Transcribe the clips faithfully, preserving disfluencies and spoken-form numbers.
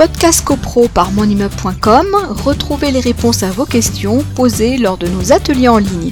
Podcast CoPro par monimmeuble point com, retrouvez les réponses à vos questions posées lors de nos ateliers en ligne.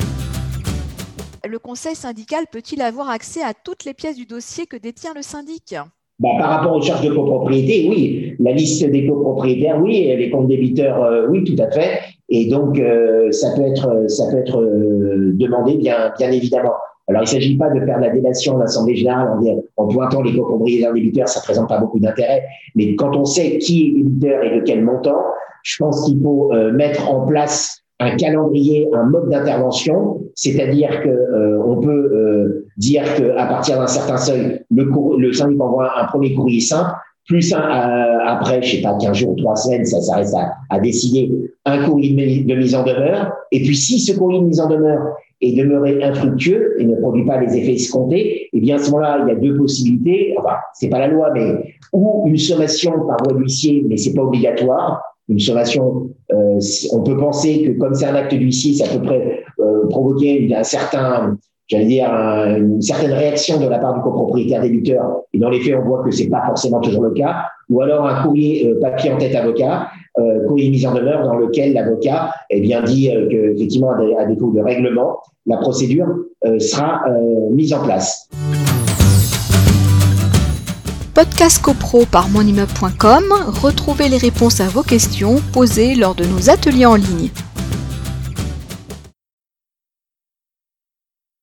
Le conseil syndical peut-il avoir accès à toutes les pièces du dossier que détient le syndic ? Bah, par rapport aux charges de copropriété, oui. La liste des copropriétaires, oui. Les comptes débiteurs, euh, oui, tout à fait. Et donc, euh, ça peut être, ça peut être euh, demandé, bien, bien évidemment. Alors, il ne s'agit pas de faire de la délation en assemblée générale en, en pointant les copropriétaires débiteurs, ça ne présente pas beaucoup d'intérêt. Mais quand on sait qui est débiteur et de quel montant, je pense qu'il faut euh, mettre en place un calendrier, un mode d'intervention, c'est-à-dire que euh, on peut euh, dire qu'à partir d'un certain seuil, le, cour- le syndic envoie un premier courrier simple, plus un, euh, après, je sais pas, quinze jours, trois semaines, ça, ça reste à, à décider, un courrier de, de mise en demeure. Et puis, si ce courrier de mise en demeure est demeuré infructueux et ne produit pas les effets escomptés, eh bien, à ce moment-là, il y a deux possibilités. Enfin, c'est pas la loi, mais ou une sommation par voie d'huissier, mais c'est pas obligatoire. Une sommation, euh, on peut penser que comme c'est un acte d'huissier, ça peut pré- euh, provoquer une, un certain, j'allais dire, un, une certaine réaction de la part du copropriétaire débiteur. Et dans les faits, on voit que c'est pas forcément toujours le cas. Ou alors un courrier euh, papier en tête avocat, euh, courrier mise en demeure dans lequel l'avocat, eh bien, dit euh, que effectivement, à défaut de règlement, la procédure euh, sera euh, mise en place. Podcast CoPro par monimmeuble point com, retrouvez les réponses à vos questions posées lors de nos ateliers en ligne.